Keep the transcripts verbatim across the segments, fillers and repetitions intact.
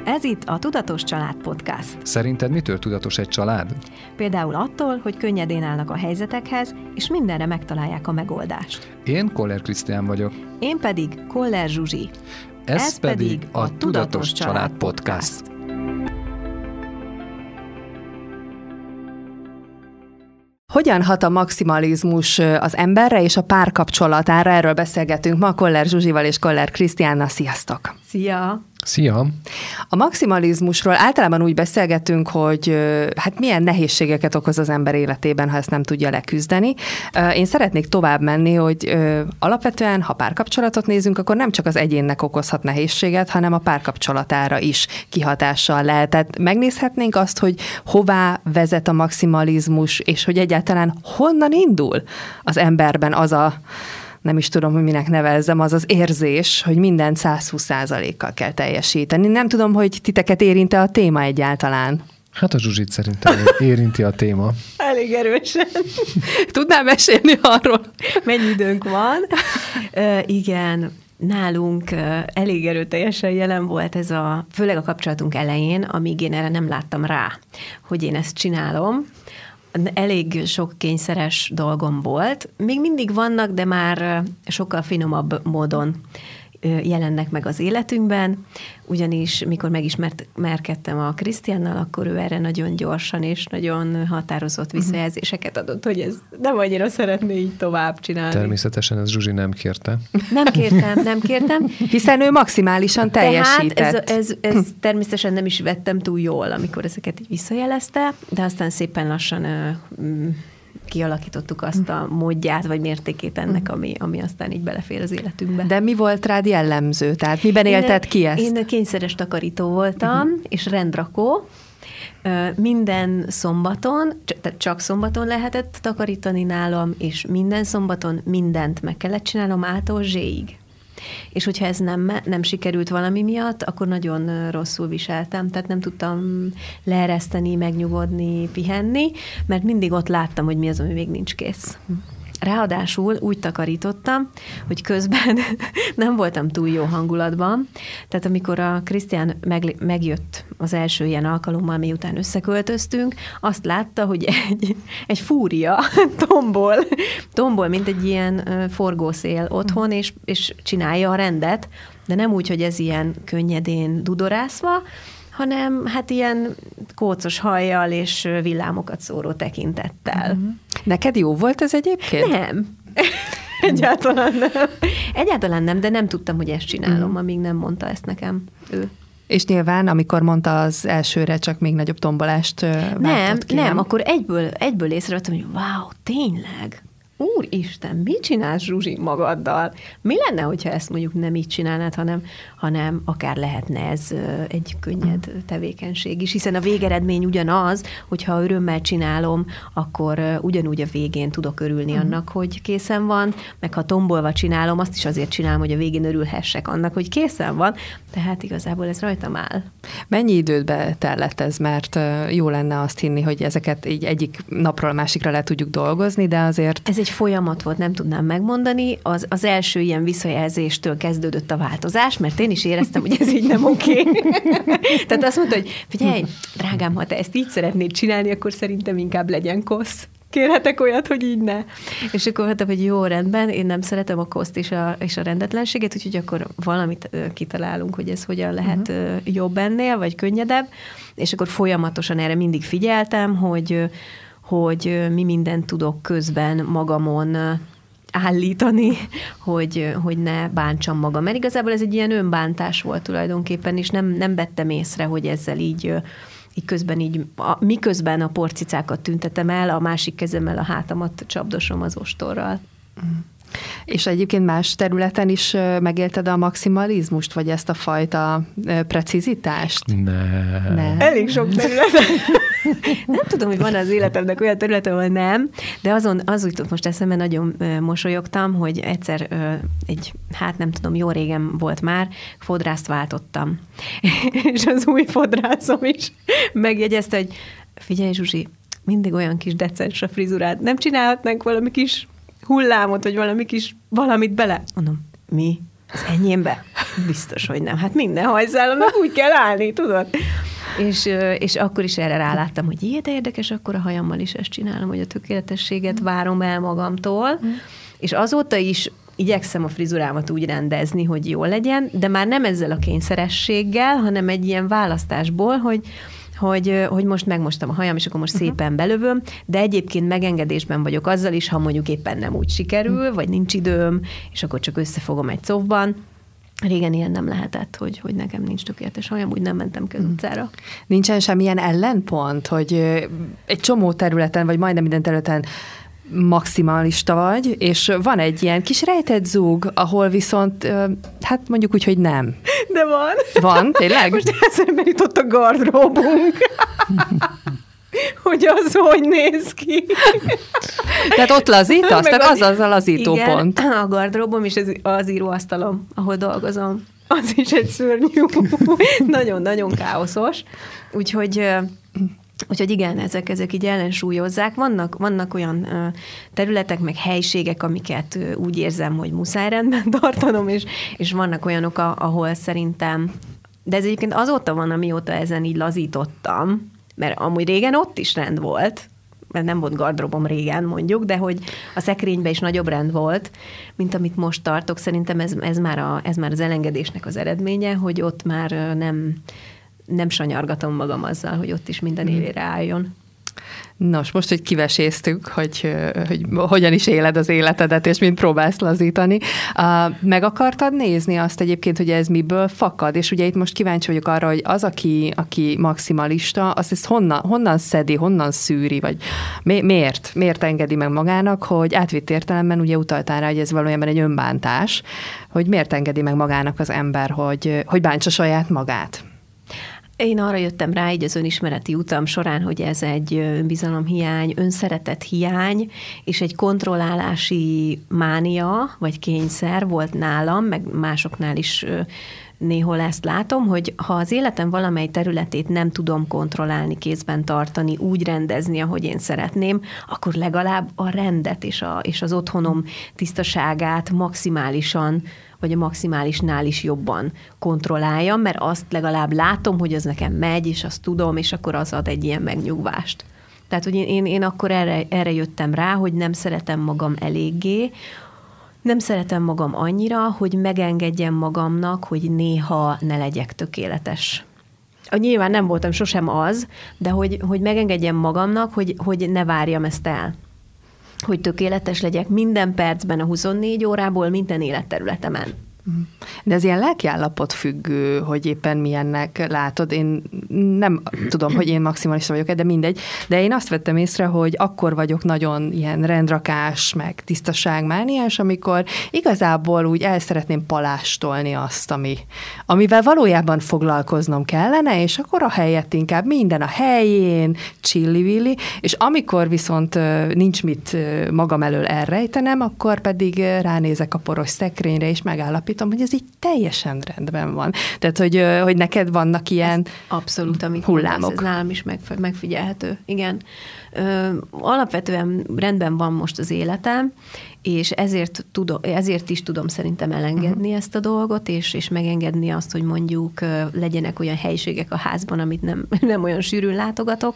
Ez itt a Tudatos Család Podcast. Szerinted mitől tudatos egy család? Például attól, hogy könnyedén állnak a helyzetekhez, és mindenre megtalálják a megoldást. Én Koller Krisztián vagyok. Én pedig Koller Zsuzsi. Ez, Ez pedig a, a Tudatos Család Podcast. Hogyan hat a maximalizmus az emberre és a párkapcsolatára? Erről beszélgetünk ma Koller Zsuzsival és Koller Krisztiánnal. Sziasztok! Szia! Szia! A maximalizmusról általában úgy beszélgetünk, hogy hát milyen nehézségeket okoz az ember életében, ha ezt nem tudja leküzdeni. Én szeretnék tovább menni, hogy alapvetően, ha párkapcsolatot nézünk, akkor nem csak az egyénnek okozhat nehézséget, hanem a párkapcsolatára is kihatással lehet. Tehát megnézhetnénk azt, hogy hová vezet a maximalizmus, és hogy egyáltalán honnan indul az emberben az a nem is tudom, hogy minek nevezzem, az az érzés, hogy mindent száz húsz százalékkal kell teljesíteni. Nem tudom, hogy titeket érinte a téma egyáltalán. Hát a Zsuzsit szerintem érinti a téma. Elég erősen. Tudnál mesélni arról? Mennyi időnk van? Ö, igen, nálunk elég erőteljesen jelen volt ez a, főleg a kapcsolatunk elején, amíg én erre nem láttam rá, hogy én ezt csinálom. Elég sok kényszeres dolgom volt. Még mindig vannak, de már sokkal finomabb módon jelennek meg az életünkben, ugyanis mikor megismerkedtem a Krisztiánnal, akkor ő erre nagyon gyorsan és nagyon határozott visszajelzéseket adott, hogy ez nem annyira szeretné így tovább csinálni. Természetesen ez Zsuzsi nem kérte. Nem kértem, nem kértem. Hiszen ő maximálisan teljesített. Tehát ez, ez, ez természetesen nem is vettem túl jól, amikor ezeket így visszajelezte, de aztán szépen lassan uh, kialakítottuk azt a módját, vagy mértékét ennek, ami, ami aztán így belefér az életünkbe. De mi volt rád jellemző? Tehát miben én, élted ki ezt? Én kényszeres takarító voltam, uh-huh. és rendrakó. Minden szombaton, tehát csak szombaton lehetett takarítani nálam, és minden szombaton mindent meg kellett csinálnom A-tól Z-ig. És hogyha ez nem, nem sikerült valami miatt, akkor nagyon rosszul viseltem, tehát nem tudtam leereszteni, megnyugodni, pihenni, mert mindig ott láttam, hogy mi az, ami még nincs kész. Ráadásul úgy takarítottam, hogy közben nem voltam túl jó hangulatban, tehát amikor a Krisztián meg, megjött az első ilyen alkalommal, miután összeköltöztünk, azt látta, hogy egy, egy fúria tombol, tombol, mint egy ilyen forgószél otthon, és, és csinálja a rendet, de nem úgy, hogy ez ilyen könnyedén dudorászva, hanem hát ilyen kócos hajjal és villámokat szóró tekintettel. Uh-huh. Neked jó volt ez egyébként? Nem. Egyáltalán nem. Egyáltalán nem, de nem tudtam, hogy ezt csinálom, uh-huh. amíg nem mondta ezt nekem ő. És nyilván, amikor mondta az elsőre, csak még nagyobb tombolást Nem, ki, nem, nem, akkor egyből, egyből észrevettem, hogy wow, tényleg? Úristen, mit csinálsz, Zsuzsi, magaddal? Mi lenne, hogyha ezt mondjuk nem így csinálnád, hanem, hanem akár lehetne ez egy könnyed tevékenység is, hiszen a végeredmény ugyanaz, hogyha örömmel csinálom, akkor ugyanúgy a végén tudok örülni uh-huh. annak, hogy készen van, meg ha tombolva csinálom, azt is azért csinálom, hogy a végén örülhessek annak, hogy készen van, tehát igazából ez rajtam áll. Mennyi időbe tellett ez, mert jó lenne azt hinni, hogy ezeket így egyik napról a másikra le tudjuk dolgozni, de azért... Ez egy folyamat volt, nem tudnám megmondani. Az, az első ilyen visszajelzéstől kezdődött a változás, mert én is éreztem, hogy ez így nem oké. Tehát azt mondta, hogy figyelj, drágám, ha te ezt így szeretnéd csinálni, akkor szerintem inkább legyen kosz. Kérhetek olyat, hogy így ne. És akkor mondtam, hogy jó, rendben, én nem szeretem a koszt és a, és a rendetlenséget, úgyhogy akkor valamit uh, kitalálunk, hogy ez hogyan lehet uh, jobb ennél, vagy könnyedebb. És akkor folyamatosan erre mindig figyeltem, hogy uh, hogy mi mindent tudok közben magamon állítani, hogy, hogy ne bántsam magam. Mert igazából ez egy ilyen önbántás volt tulajdonképpen, és nem, nem vettem észre, hogy ezzel így, így közben így, a, miközben a porcicákat tüntetem el, a másik kezemmel a hátamat csapdosom az ostorral. És egyébként más területen is megélted a maximalizmust, vagy ezt a fajta precizitást? Ne. ne. Elég sok területen. Nem tudom, hogy van az életemnek olyan területe, ahol nem, de azon, az úgy most eszembe nagyon mosolyogtam, hogy egyszer egy, hát nem tudom, jó régen volt már, fodrászt váltottam. És az új fodrászom is megjegyezte, hogy figyelj, Zsuzsi, mindig olyan kis decens a frizurád, nem csinálhatnánk valami kis hullámot, vagy valami kis valamit bele? Mondom, mi? Az enyémbe? Biztos, hogy nem. Hát minden hajszállamnak úgy kell állni, tudod? És, és akkor is erre ráláttam, hogy ilyen érdekes, akkor a hajammal is ezt csinálom, hogy a tökéletességet várom el magamtól. Mm. És azóta is igyekszem a frizurámat úgy rendezni, hogy jól legyen, de már nem ezzel a kényszerességgel, hanem egy ilyen választásból, hogy Hogy, hogy most megmostam a hajam, és akkor most uh-huh. szépen belövöm, de egyébként megengedésben vagyok azzal is, ha mondjuk éppen nem úgy sikerül, uh-huh. vagy nincs időm, és akkor csak összefogom egy szovban. Régen ilyen nem lehetett, hogy, hogy nekem nincs tökéletes hajam, úgy nem mentem ki az utcára. Nincsen semmilyen ellenpont, hogy egy csomó területen, vagy majdnem minden területen maximalista vagy, és van egy ilyen kis rejtett zúg, ahol viszont, hát mondjuk úgy, hogy nem. De van. Van, tényleg? Most eszembe jutott a gardróbunk. Hogy az hogy néz ki. Tehát ott lazítasz? Tehát az az a lazító igen, pont. A gardróbom és az, az íróasztalom, ahol dolgozom. Az is egy szörnyű. Nagyon-nagyon káoszos. Úgyhogy... Úgyhogy igen, ezek, ezek így ellensúlyozzák. Vannak, vannak olyan uh, területek, meg helységek, amiket uh, úgy érzem, hogy muszáj rendben tartanom, és, és vannak olyanok, ahol szerintem, de ez egyébként azóta van, amióta ezen így lazítottam, mert amúgy régen ott is rend volt, mert nem volt gardróbom régen mondjuk, de hogy a szekrényben is nagyobb rend volt, mint amit most tartok. Szerintem ez, ez, már, a, ez már az elengedésnek az eredménye, hogy ott már nem... nem sanyargatom magam azzal, hogy ott is minden élére álljon. Nos, most, hogy kiveséztük, hogy, hogy hogyan is éled az életedet, és mint próbálsz lazítani. Meg akartad nézni azt egyébként, hogy ez miből fakad? És ugye itt most kíváncsi vagyok arra, hogy az, aki, aki maximalista, azt ezt honnan, honnan szedi, honnan szűri, vagy mi, miért? Miért engedi meg magának, hogy átvitt értelemben ugye utaltál rá, hogy ez valójában egy önbántás, hogy miért engedi meg magának az ember, hogy, hogy bántsa saját magát? Én arra jöttem rá így az önismereti utam során, hogy ez egy önbizalomhiány, önszeretet hiány, és egy kontrollálási mánia, vagy kényszer volt nálam, meg másoknál is néhol ezt látom, hogy ha az életem valamely területét nem tudom kontrollálni, kézben tartani, úgy rendezni, ahogy én szeretném, akkor legalább a rendet és, a, és az otthonom tisztaságát maximálisan vagy a maximálisnál is jobban kontrolláljam, mert azt legalább látom, hogy az nekem megy, és azt tudom, és akkor az ad egy ilyen megnyugvást. Tehát, hogy én, én, én akkor erre, erre jöttem rá, hogy nem szeretem magam eléggé, nem szeretem magam annyira, hogy megengedjem magamnak, hogy néha ne legyek tökéletes. Nyilván nem voltam sosem az, de hogy, hogy megengedjem magamnak, hogy, hogy ne várjam ezt el. Hogy tökéletes legyek minden percben a huszonnégy órából, minden életterületemen. De ez ilyen lelkiállapot függő, hogy éppen milyennek látod. Én nem tudom, hogy én maximalista vagyok, de mindegy. De én azt vettem észre, hogy akkor vagyok nagyon ilyen rendrakás, meg tisztaságmániás, amikor igazából úgy el szeretném palástolni azt, ami, amivel valójában foglalkoznom kellene, és akkor a helyett inkább minden a helyén, csillivilli, és amikor viszont nincs mit magam elől elrejtenem, akkor pedig ránézek a poros szekrényre, és megállapítom, hogy ez így teljesen rendben van. Tehát, hogy, hogy neked vannak ilyen ez abszolút, amit hullámok. Ez nálam is megfigyelhető. Igen. Ö, alapvetően rendben van most az életem, és ezért, tudom, ezért is tudom szerintem elengedni uh-huh. ezt a dolgot, és, és megengedni azt, hogy mondjuk legyenek olyan helyiségek a házban, amit nem, nem olyan sűrűn látogatok.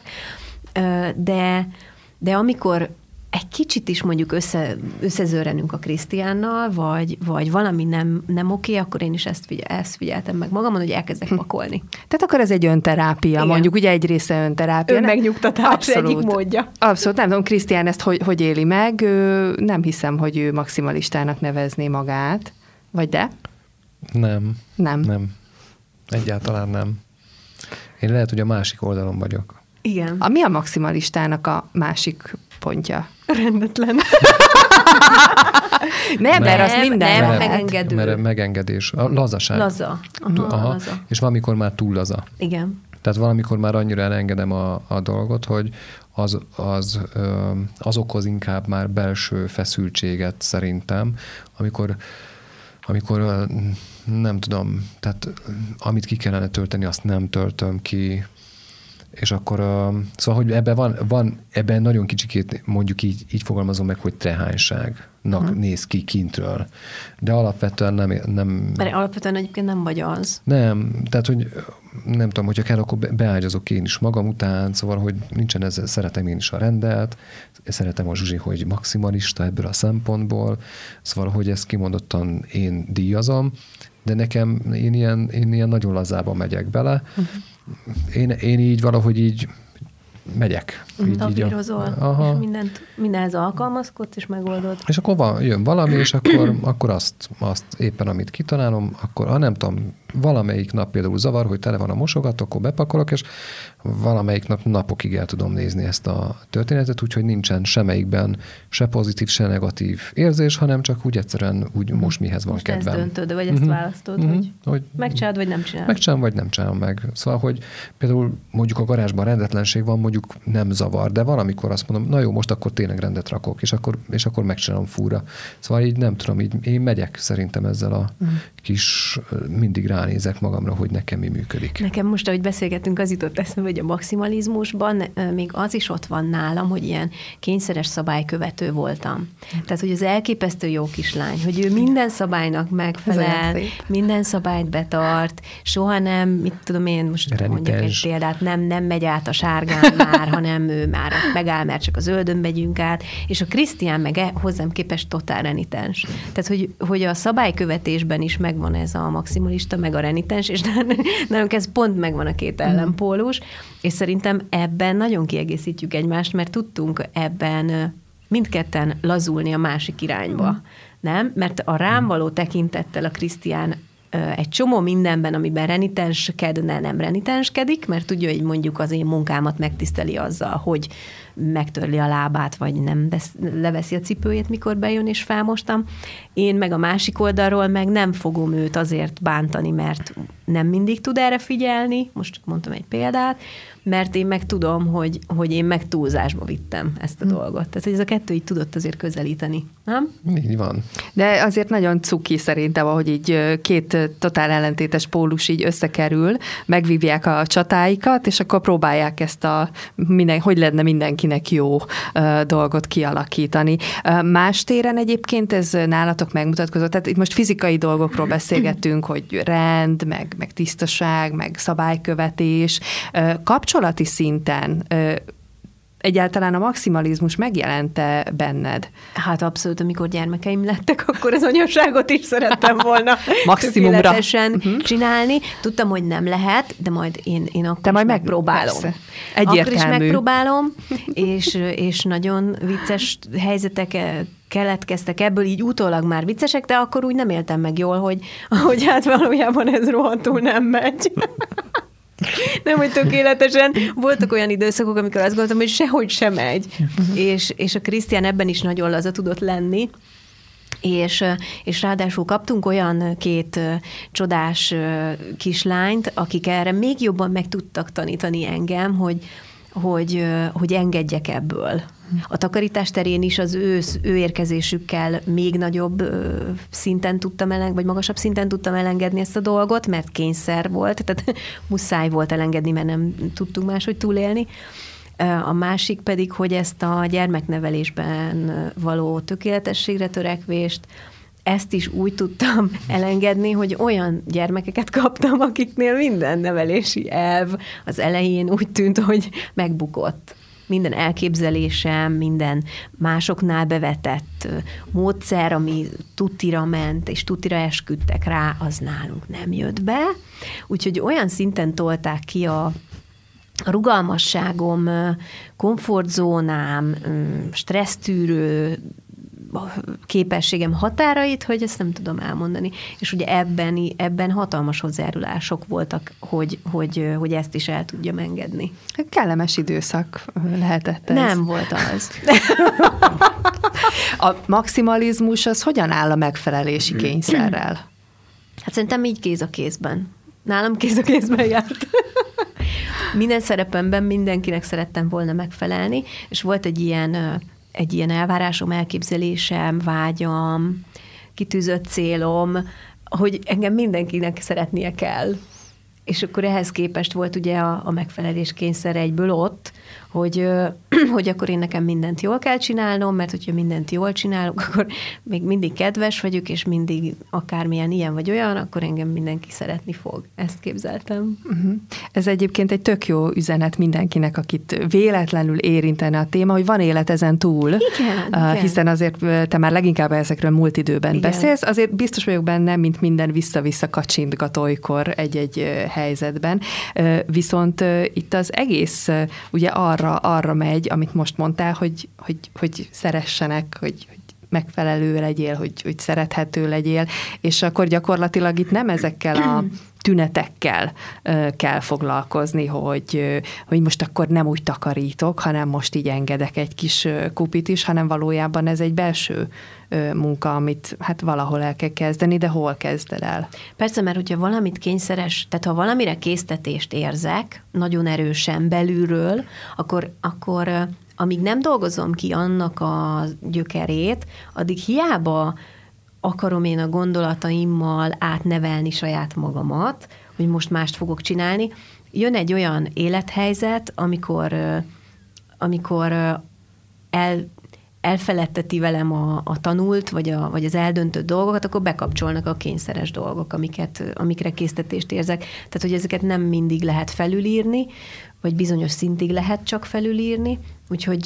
De, de amikor egy kicsit is mondjuk össze, összezőrenünk a Krisztiánnal, vagy, vagy valami nem, nem oké, akkor én is ezt, figyel, ezt figyeltem meg magamon, hogy elkezdek pakolni. Tehát akkor ez egy önterápia, igen. Mondjuk ugye egy része önterápia. Önmegnyugtatás abszolút, egyik módja. Abszolút, nem tudom, Krisztián ezt hogy, hogy éli meg, ő, nem hiszem, hogy ő maximalistának nevezné magát, vagy de? Nem. Nem. Nem. Egyáltalán nem. Én lehet, hogy a másik oldalon vagyok. Igen. A, mi a maximalistának a másik pontja? Rendetlen. nem, mert az minden. Nem, megengedő. Mert megengedés. A lazaság. Laza. Aha, Aha. laza. És valamikor már túl laza. Igen. Tehát valamikor már annyira elengedem a, a dolgot, hogy az, az, az okoz inkább már belső feszültséget szerintem, amikor, amikor nem tudom, tehát amit ki kellene tölteni, azt nem töltöm ki, És akkor, uh, szóval, hogy ebben van, van ebben nagyon kicsikét, mondjuk így, így fogalmazom meg, hogy trehányságnak hmm. néz ki kintről. De alapvetően nem... nem Mert alapvetően egyébként nem vagy az. Nem, tehát, hogy nem tudom, hogyha kell, akkor beágyazok én is magam után, szóval, hogy nincsen ezzel, szeretem én is a rendet, szeretem a Zsuzsi, hogy maximalista ebből a szempontból, szóval, hogy ezt kimondottan én díjazom, de nekem én ilyen, én ilyen nagyon lazában megyek bele. Uh-huh. Én, én így valahogy így megyek. Így, Tapírozol, így a, és mindent, mindenhez alkalmazkodsz, és megoldod. És akkor van, jön valami, és akkor, akkor azt, azt éppen, amit kitalálom, akkor, ha nem tudom, valamelyik nap például zavar, hogy tele van a mosogató, akkor bepakolok, és valamelyik nap napokig el tudom nézni ezt a történetet, úgyhogy nincsen semmelyikben se pozitív, se negatív érzés, hanem csak úgy egyszerűen úgy most mihez van most kedvem. Most ezt döntöd, vagy ezt uh-huh. választod, uh-huh. hogy, hogy megcsinálod, vagy nem csinálod. Megcsinálom, vagy nem csinálom meg. Szóval, hogy például mondjuk a garázsban rendetlenség van, mondjuk nem zavar, de valamikor azt mondom, na jó, most akkor tényleg rendet rakok, és akkor, és akkor megcsinálom fúra. Szóval így nem tudom, így én megyek szerintem ezzel a uh-huh. kis, mindig ránézek magamra, hogy nekem mi működik. Nekem most, ahogy beszélgettünk, az jutott eszembe, hogy a maximalizmusban még az is ott van nálam, hogy ilyen kényszeres szabálykövető voltam. Tehát, hogy az elképesztő jó kislány, hogy ő minden szabálynak megfelel, minden szabályt betart, soha nem, mit tudom én, most Renitens. mondjak egy példát, nem, nem megy át a sárgán már, hanem ő már megáll, mert csak a zöldön megyünk át, és a Krisztián meg hozzám képest totál renitens. Tehát, hogy, hogy a szabálykövetésben is megvan ez a maximalista, meg a renitens, és nálunk ez pont megvan a két ellenpólus, és szerintem ebben nagyon kiegészítjük egymást, mert tudtunk ebben mindketten lazulni a másik irányba. Mm. Nem? Mert a rám való tekintettel a Krisztián egy csomó mindenben, amiben renitenskedne, nem renitenskedik, mert tudja, hogy mondjuk az én munkámat megtiszteli azzal, hogy megtörli a lábát, vagy nem vesz, leveszi a cipőjét, mikor bejön és felmostam. Én meg a másik oldalról meg nem fogom őt azért bántani, mert nem mindig tud erre figyelni, most csak mondtam egy példát, mert én meg tudom, hogy, hogy én meg túlzásba vittem ezt a hmm. dolgot. Tehát, hogy ez a kettő így tudott azért közelíteni, nem? Így van. De azért nagyon cuki szerintem, ahogy így két totál ellentétes pólus így összekerül, megvívják a csatáikat, és akkor próbálják ezt a, minden, hogy lenne mindenkinek jó uh, dolgot kialakítani. Uh, más téren egyébként ez nálatok megmutatkozott, tehát itt most fizikai dolgokról beszélgettünk, hogy rend, meg, meg tisztaság, meg szabálykövetés, uh, kapcsolati szinten uh, egyáltalán a maximalizmus megjelente benned? Hát abszolút, amikor gyermekeim lettek, akkor az anyaságot is szerettem volna maximumra tökéletesen uh-huh. csinálni. Tudtam, hogy nem lehet, de majd én, én akkor Te majd is megpróbálom. Persze. Egyértelmű. Akkor is megpróbálom, és, és nagyon vicces helyzetek keletkeztek ebből, így utólag már viccesek, de akkor úgy nem éltem meg jól, hogy, hogy hát valójában ez rohadtul nem megy. Nem, hogy tökéletesen. Voltak olyan időszakok, amikor azt gondoltam, hogy sehogy sem megy. Uh-huh. És, és a Krisztián ebben is nagyon laza tudott lenni. És, és ráadásul kaptunk olyan két csodás kislányt, akik erre még jobban meg tudtak tanítani engem, hogy, hogy, hogy engedjek ebből. A takarítás terén is az ő, ő érkezésükkel még nagyobb szinten tudtam elengedni, vagy magasabb szinten tudtam elengedni ezt a dolgot, mert kényszer volt, tehát muszáj volt elengedni, mert nem tudtunk máshogy túlélni. A másik pedig, hogy ezt a gyermeknevelésben való tökéletességre törekvést, ezt is úgy tudtam elengedni, hogy olyan gyermekeket kaptam, akiknél minden nevelési elv az elején úgy tűnt, hogy megbukott. Minden elképzelésem, minden másoknál bevetett módszer, ami tutira ment, és tutira esküdtek rá, az nálunk nem jött be. Úgyhogy olyan szinten tolták ki a rugalmasságom, komfortzónám, stressztűrő képességem határait, hogy ezt nem tudom elmondani. És ugye ebben, ebben hatalmas hozzájárulások voltak, hogy, hogy, hogy ezt is el tudjam engedni. Kellemes időszak lehetett ez. Nem volt az. A maximalizmus az hogyan áll a megfelelési kényszerrel? Hát szerintem így kéz a kézben. Nálam kéz a kézben járt. Minden szerepemben mindenkinek szerettem volna megfelelni, és volt egy ilyen egy ilyen elvárásom, elképzelésem, vágyam, kitűzött célom, hogy engem mindenkinek szeretnie kell. És akkor ehhez képest volt ugye a, a megfelelés kényszer egyből ott, hogy, hogy akkor én nekem mindent jól kell csinálnom, mert hogyha mindent jól csinálok, akkor még mindig kedves vagyok, és mindig akármilyen ilyen vagy olyan, akkor engem mindenki szeretni fog. Ezt képzeltem. Uh-huh. Ez egyébként egy tök jó üzenet mindenkinek, akit véletlenül érintene a téma, hogy van élet ezen túl. Igen, uh, hiszen azért te már leginkább ezekről múlt időben igen. beszélsz, azért biztos vagyok benne, mint minden vissza-vissza kacsintgat olykor egy-egy helyzetben. Uh, viszont uh, itt az egész uh, ugye arra Arra, arra megy, amit most mondtál, hogy, hogy, hogy szeressenek, hogy, hogy megfelelő legyél, hogy, hogy szerethető legyél, és akkor gyakorlatilag itt nem ezekkel a tünetekkel kell foglalkozni, hogy, hogy most akkor nem úgy takarítok, hanem most így engedek egy kis kupit is, hanem valójában ez egy belső munka, amit hát valahol el kell kezdeni, de hol kezded el? Persze, mert hogyha valamit kényszeres, tehát ha valamire késztetést érzek, nagyon erősen belülről, akkor, akkor amíg nem dolgozom ki annak a gyökerét, addig hiába akarom én a gondolataimmal átnevelni saját magamat, hogy most mást fogok csinálni. Jön egy olyan élethelyzet, amikor, amikor el, elfeledteti velem a, a tanult, vagy, a, vagy az eldöntött dolgokat, akkor bekapcsolnak a kényszeres dolgok, amiket, amikre késztetést érzek. Tehát, hogy ezeket nem mindig lehet felülírni, vagy bizonyos szintig lehet csak felülírni, úgyhogy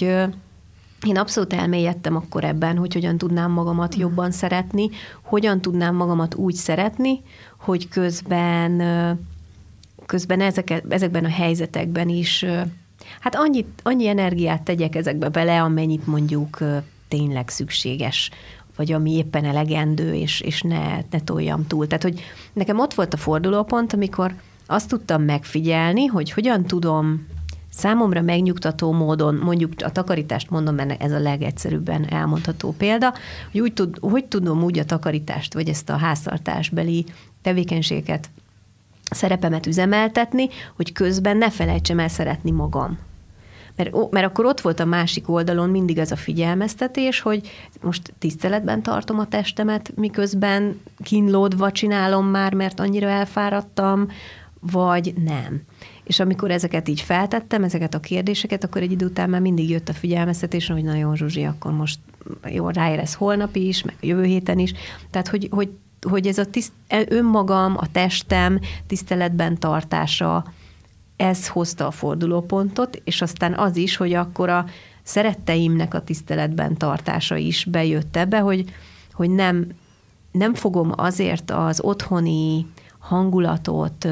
én abszolút elmélyedtem akkor ebben, hogy hogyan tudnám magamat jobban szeretni, hogyan tudnám magamat úgy szeretni, hogy közben, közben ezeket, ezekben a helyzetekben is, hát annyit, annyi energiát tegyek ezekbe bele, amennyit mondjuk tényleg szükséges, vagy ami éppen elegendő, és, és ne, ne toljam túl. Tehát, hogy nekem ott volt a fordulópont, amikor azt tudtam megfigyelni, hogy hogyan tudom számomra megnyugtató módon, mondjuk a takarítást mondom, mert ez a legegyszerűbben elmondható példa, hogy úgy tud, hogy tudom úgy a takarítást, vagy ezt a háztartásbeli tevékenységet, szerepemet üzemeltetni, hogy közben ne felejtsem el szeretni magam. Mert, mert akkor ott volt a másik oldalon mindig az a figyelmeztetés, hogy most tiszteletben tartom a testemet, miközben kínlódva csinálom már, mert annyira elfáradtam, vagy nem. És amikor ezeket így feltettem, ezeket a kérdéseket, akkor egy idő után már mindig jött a figyelmeztetés, hogy nagyon Zsuzsi, akkor most jó, ráérez holnap is, meg a jövő héten is. Tehát, hogy, hogy, hogy ez a tiszt, önmagam, a testem tiszteletben tartása, ez hozta a fordulópontot, és aztán az is, hogy akkor a szeretteimnek a tiszteletben tartása is bejött ebbe, hogy, hogy nem, nem fogom azért az otthoni hangulatot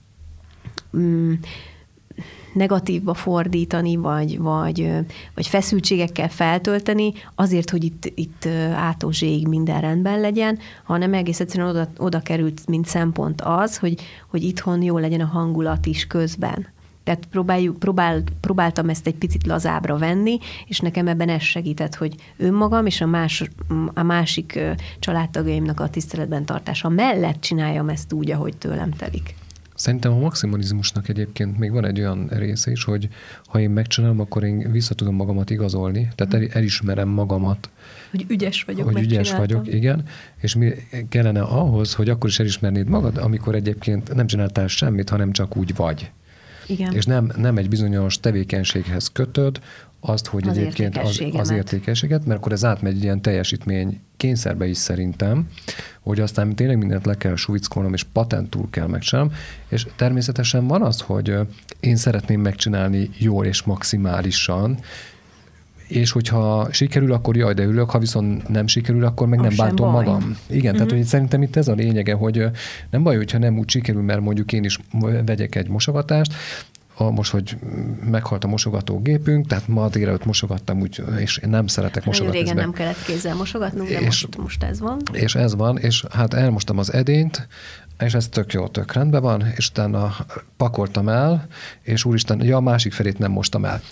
mm, negatívba fordítani, vagy, vagy, vagy feszültségekkel feltölteni, azért, hogy itt, itt ától zséig minden rendben legyen, hanem egész egyszerűen oda, oda került, mint szempont az, hogy, hogy itthon jó legyen a hangulat is közben. Tehát próbáljuk, próbál, próbáltam ezt egy picit lazábbra venni, és nekem ebben ez segített, hogy önmagam és a, más, a másik családtagjaimnak a tiszteletben tartása mellett csináljam ezt úgy, ahogy tőlem telik. Szerintem a maximalizmusnak egyébként még van egy olyan része is, hogy ha én megcsinálom, akkor én vissza tudom magamat igazolni, tehát el, elismerem magamat. Hogy ügyes vagyok, Hogy ügyes vagyok, igen. És mi kellene ahhoz, hogy akkor is elismernéd magad, amikor egyébként nem csináltál semmit, hanem csak úgy vagy. Igen. És nem, nem egy bizonyos tevékenységhez kötöd azt, hogy az egyébként az, az értékességet, mert akkor ez átmegy egy ilyen teljesítmény kényszerbe is szerintem, hogy aztán tényleg mindent le kell suvickolnom, és patentúl kell megcsinálnom, és természetesen van az, hogy én szeretném megcsinálni jól és maximálisan, és hogyha sikerül, akkor jaj, de ülök, ha viszont nem sikerül, akkor meg az nem bántom baj. magam. Igen, uh-huh. Tehát hogy szerintem itt ez a lényege, hogy nem baj, hogyha nem úgy sikerül, mert mondjuk én is vegyek egy mosogatást, a, most, hogy meghalt a mosogatógépünk, tehát ma délelőtt mosogattam úgy, és én nem szeretek mosogatni. Régen nem kellett kézzel mosogatnunk, de és, most, most ez van. És ez van, és hát elmostam az edényt, és ez tök jó, tök rendben van, és utána pakoltam el, és úristen, ja, a másik felét nem mostam el.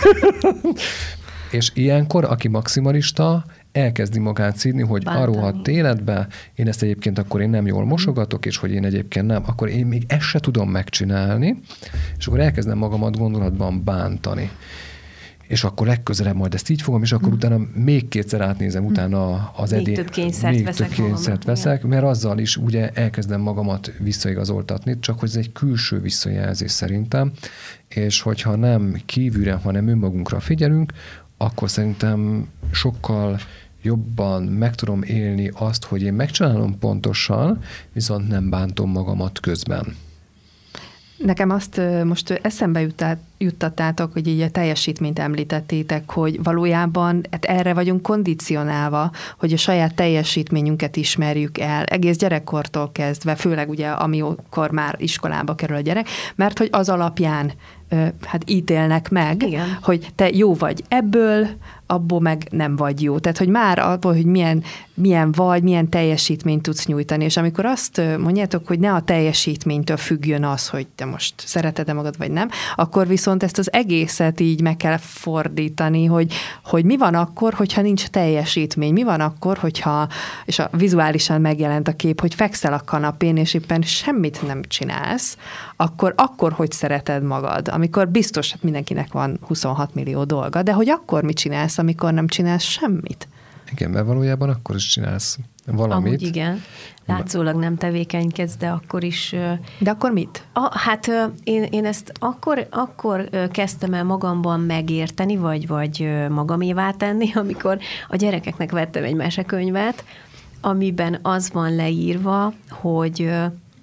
És ilyenkor, aki maximalista, elkezdi magát szídni, hogy a rohadt életbe, én ezt egyébként akkor én nem jól mosogatok, és hogy én egyébként nem, akkor én még ezt se tudom megcsinálni, és akkor elkezdem magamat gondolatban bántani. és akkor legközelebb majd ezt így fogom, és akkor mm. utána még kétszer átnézem, utána az edény... Még több kényszert még veszek, több kényszert veszek mert azzal is ugye elkezdem magamat visszaigazoltatni, csak hogy ez egy külső visszajelzés szerintem, és hogyha nem kívülre, hanem önmagunkra figyelünk, akkor szerintem sokkal jobban meg tudom élni azt, hogy én megcsinálom pontosan, viszont nem bántom magamat közben. Nekem azt most eszembe juttattátok, hogy így a teljesítményt említettétek, hogy valójában hát erre vagyunk kondicionálva, hogy a saját teljesítményünket ismerjük el, egész gyerekkortól kezdve, főleg ugye amikor már iskolába kerül a gyerek, mert hogy az alapján hát ítélnek meg, igen, hogy te jó vagy ebből, abból meg nem vagy jó. Tehát, hogy már abból, hogy milyen, milyen vagy, milyen teljesítményt tudsz nyújtani. És amikor azt mondjátok, hogy ne a teljesítménytől függjön az, hogy te most szereted-e magad, vagy nem, akkor viszont ezt az egészet így meg kell fordítani, hogy, hogy mi van akkor, hogyha nincs teljesítmény, mi van akkor, hogyha, és a vizuálisan megjelent a kép, hogy fekszel a kanapén, és éppen semmit nem csinálsz, akkor, akkor hogy szereted magad? Amikor biztos, hogy mindenkinek van huszonhat millió dolga, de hogy akkor mit csinálsz, amikor nem csinálsz semmit? Igen, mert valójában akkor is csinálsz valamit. Amúgy igen. Látszólag nem tevékenykedsz, de akkor is... De akkor mit? A, hát én, én ezt akkor, akkor kezdtem el magamban megérteni, vagy, vagy magamévá tenni, amikor a gyerekeknek vettem egy mesekönyvet, amiben az van leírva, hogy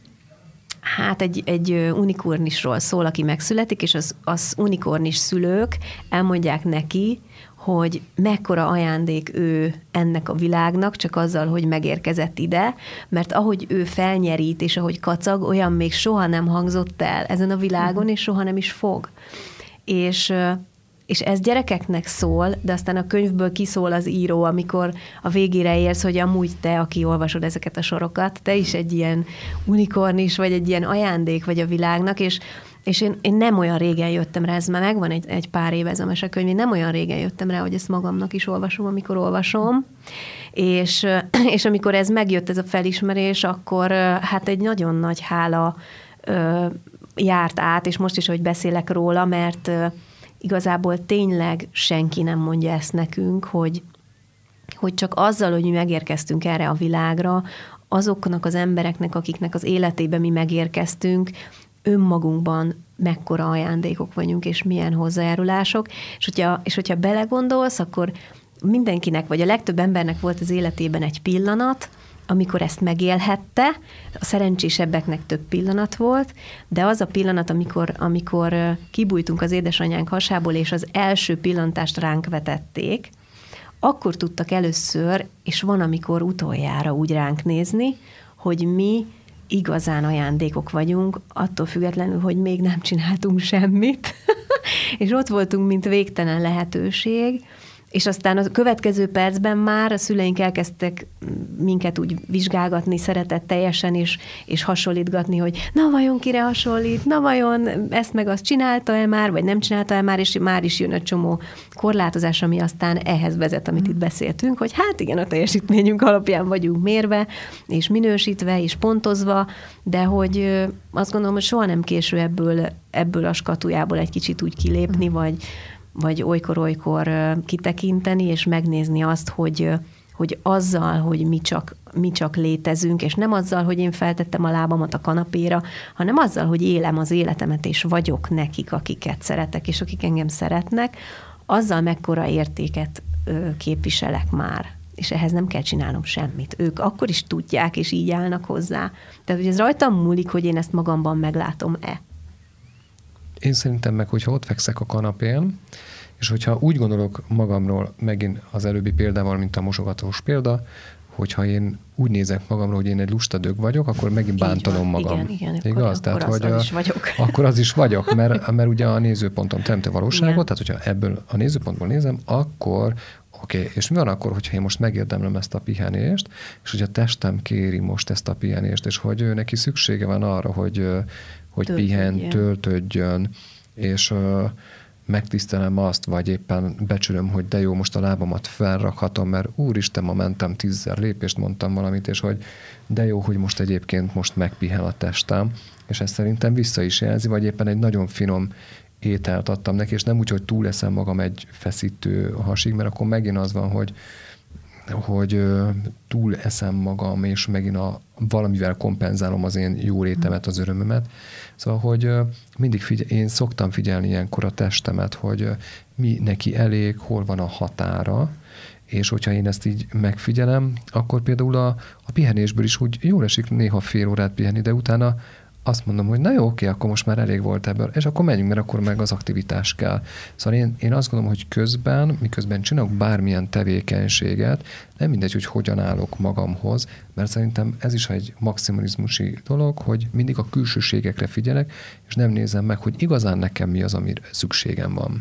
hát egy, egy unikornisról szól, aki megszületik, és az, az unikornis szülők elmondják neki, hogy mekkora ajándék ő ennek a világnak, csak azzal, hogy megérkezett ide, mert ahogy ő felnyerít, és ahogy kacag, olyan még soha nem hangzott el ezen a világon, és soha nem is fog. És, és ez gyerekeknek szól, de aztán a könyvből kiszól az író, amikor a végére érsz, hogy amúgy te, aki olvasod ezeket a sorokat, te is egy ilyen unikornis, vagy egy ilyen ajándék vagy a világnak, és És én, én nem olyan régen jöttem rá, ez már megvan egy, egy pár éve ez a mesekönyv, én nem olyan régen jöttem rá, hogy ezt magamnak is olvasom, amikor olvasom, és, és amikor ez megjött, ez a felismerés, akkor hát egy nagyon nagy hála járt át, és most is, hogy beszélek róla, mert igazából tényleg senki nem mondja ezt nekünk, hogy, hogy csak azzal, hogy mi megérkeztünk erre a világra, azoknak az embereknek, akiknek az életében mi megérkeztünk, önmagunkban mekkora ajándékok vagyunk, és milyen hozzájárulások, és hogyha, és hogyha belegondolsz, akkor mindenkinek, vagy a legtöbb embernek volt az életében egy pillanat, amikor ezt megélhette, a szerencsésebbeknek több pillanat volt, de az a pillanat, amikor, amikor kibújtunk az édesanyánk hasából, és az első pillantást ránk vetették, akkor tudtak először, és van, amikor utoljára úgy ránk nézni, hogy mi igazán ajándékok vagyunk, attól függetlenül, hogy még nem csináltunk semmit, és ott voltunk, mint végtelen lehetőség, és aztán a következő percben már a szüleink elkezdtek minket úgy vizsgálgatni szeretetteljesen, és, és hasonlítgatni, hogy na vajon kire hasonlít, na vajon ezt meg azt csinálta-e már, vagy nem csinálta-e már, és már is jön egy csomó korlátozás, ami aztán ehhez vezet, amit itt beszéltünk, hogy hát igen, a teljesítményünk alapján vagyunk mérve, és minősítve, és pontozva, de hogy azt gondolom, hogy soha nem késő ebből, ebből a skatujából egy kicsit úgy kilépni, vagy vagy olykor-olykor kitekinteni, és megnézni azt, hogy, hogy azzal, hogy mi csak, mi csak létezünk, és nem azzal, hogy én feltettem a lábamat a kanapéra, hanem azzal, hogy élem az életemet, és vagyok nekik, akiket szeretek, és akik engem szeretnek, azzal mekkora értéket képviselek már. És ehhez nem kell csinálnom semmit. Ők akkor is tudják, és így állnak hozzá. Tehát, hogy ez rajtam múlik, hogy én ezt magamban meglátom-e. Én szerintem meg, hogyha ott fekszek a kanapén, és hogyha úgy gondolok magamról, megint az előbbi példával, mint a mosogatós példa, hogyha én úgy nézek magamról, hogy én egy lustadög vagyok, akkor megint bántanom magam. Igen, igen, igaz? Akkor, Tehát, akkor hogy az, a, az is vagyok. Akkor az is vagyok, mert, mert ugye a nézőpontom teremti a valóságot, igen. Tehát hogyha ebből a nézőpontból nézem, akkor oké, okay. És mi van akkor, hogyha én most megérdemlem ezt a pihenést, és hogy a testem kéri most ezt a pihenést, és hogy ő neki szüksége van arra, hogy, hogy pihen, töltödjön, és uh, megtisztelem azt, vagy éppen becsülöm, hogy de jó, most a lábamat felrakhatom, mert úristen, ma mentem tízzer lépést, mondtam valamit, és hogy de jó, hogy most egyébként most megpihen a testem, és ezt szerintem vissza is jelzi, vagy éppen egy nagyon finom ételt adtam neki, és nem úgy, hogy túleszem magam egy feszítő hasig, mert akkor megint az van, hogy hogy túl eszem magam, és megint a, valamivel kompenzálom az én jólétemet, az örömömet. Szóval, hogy mindig figyel, én szoktam figyelni ilyenkor a testemet, hogy mi neki elég, hol van a határa, és hogyha én ezt így megfigyelem, akkor például a, a pihenésből is úgy jól esik néha fél órát pihenni, de utána azt mondom, hogy na jó, oké, akkor most már elég volt ebből, és akkor menjünk, mert akkor meg az aktivitás kell. Szóval én, én azt gondolom, hogy közben, miközben csinálok bármilyen tevékenységet, nem mindegy, hogy hogyan állok magamhoz, mert szerintem ez is egy maximalizmusi dolog, hogy mindig a külsőségekre figyelek, és nem nézem meg, hogy igazán nekem mi az, amire szükségem van.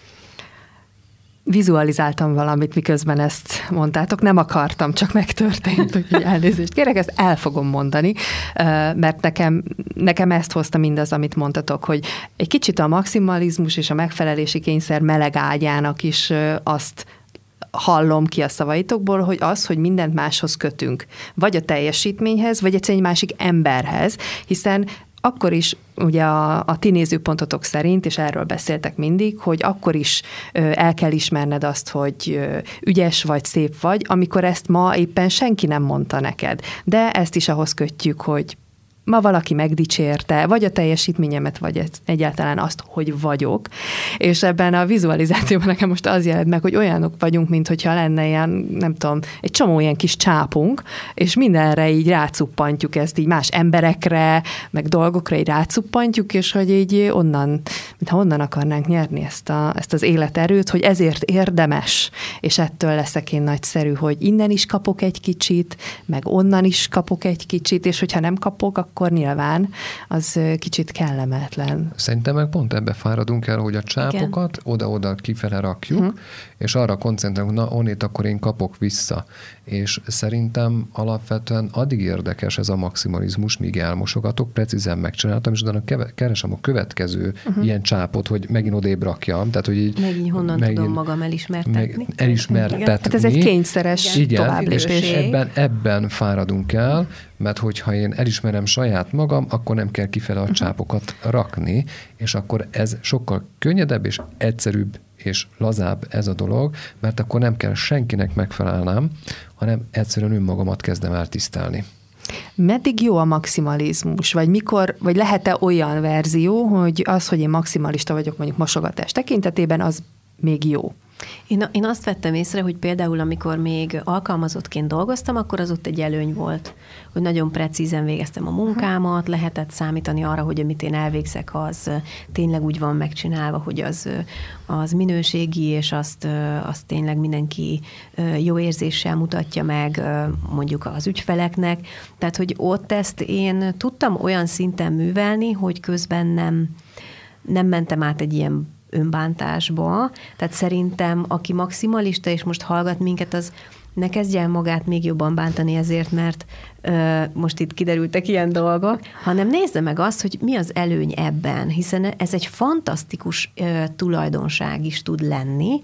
Vizualizáltam valamit, miközben ezt mondtátok, nem akartam, csak megtörtént, hogy elnézést kérek, ezt el fogom mondani, mert nekem, nekem ezt hozta mindaz, amit mondtatok, hogy egy kicsit a maximalizmus és a megfelelési kényszer meleg ágyának is azt hallom ki a szavaitokból, hogy az, hogy mindent máshoz kötünk, vagy a teljesítményhez, vagy egyszerűen egy másik emberhez, hiszen akkor is ugye a, a ti nézőpontotok szerint, és erről beszéltek mindig, hogy akkor is ö, el kell ismerned azt, hogy ö, ügyes vagy, szép vagy, amikor ezt ma éppen senki nem mondta neked. De ezt is ahhoz kötjük, hogy ma valaki megdicsérte, vagy a teljesítményemet, vagy egyáltalán azt, hogy vagyok. És ebben a vizualizációban nekem most az jelent meg, hogy olyanok vagyunk, mint hogyha lenne ilyen, nem tudom, egy csomó ilyen kis csápunk, és mindenre így rácuppantjuk ezt, így más emberekre, meg dolgokra így rácuppantjuk, és hogy így onnan, mintha onnan akarnánk nyerni ezt, a, ezt az életerőt, hogy ezért érdemes, és ettől leszek én nagyszerű, hogy innen is kapok egy kicsit, meg onnan is kapok egy kicsit, és hogyha nem kapok, akkor nyilván az kicsit kellemetlen. Szerintem meg pont ebbe fáradunk el, hogy a csápokat igen. oda-oda kifele rakjuk, uh-huh. és arra koncentrálunk, na onnét akkor én kapok vissza. És szerintem alapvetően addig érdekes ez a maximalizmus, míg elmosogatok, precízen megcsináltam, és utána keresem a következő uh-huh. ilyen csápot, hogy megint odébb rakjam. Tehát, hogy így, megint honnan megint, tudom magam elismertetni. Meg, elismertetni. Hát ez egy kényszeres továbblépés. És ebben, ebben fáradunk el, mert hogyha én elismerem saját magam, akkor nem kell kifele a uh-huh. csápokat rakni, és akkor ez sokkal könnyedebb és egyszerűbb és lazább ez a dolog, mert akkor nem kell senkinek megfelelnem, hanem egyszerűen önmagamat kezdem el tisztelni. Meddig jó a maximalizmus? Vagy mikor, vagy lehet-e olyan verzió, hogy az, hogy én maximalista vagyok mondjuk mosogatás tekintetében, az még jó? Én, én azt vettem észre, hogy például amikor még alkalmazottként dolgoztam, akkor az ott egy előny volt, hogy nagyon precízen végeztem a munkámat, lehetett számítani arra, hogy amit én elvégzek, az tényleg úgy van megcsinálva, hogy az, az minőségi, és azt, azt tényleg mindenki jó érzéssel mutatja meg mondjuk az ügyfeleknek. Tehát, hogy ott ezt én tudtam olyan szinten művelni, hogy közben nem, nem mentem át egy ilyen önbántásba. Tehát szerintem, aki maximalista, és most hallgat minket, az ne kezdje el magát még jobban bántani ezért, mert ö, most itt kiderültek ilyen dolgok, hanem nézze meg azt, hogy mi az előny ebben, hiszen ez egy fantasztikus ö, tulajdonság is tud lenni,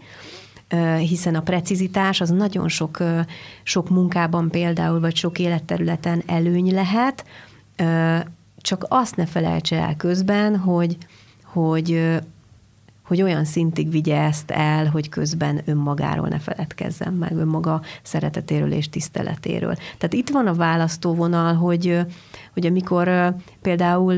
ö, hiszen a precizitás az nagyon sok, ö, sok munkában például, vagy sok életterületen előny lehet, ö, csak azt ne felejtse el közben, hogy, hogy ö, hogy olyan szintig vigye ezt el, hogy közben önmagáról ne feledkezzen meg, önmaga szeretetéről és tiszteletéről. Tehát itt van a választóvonal, hogy, hogy amikor például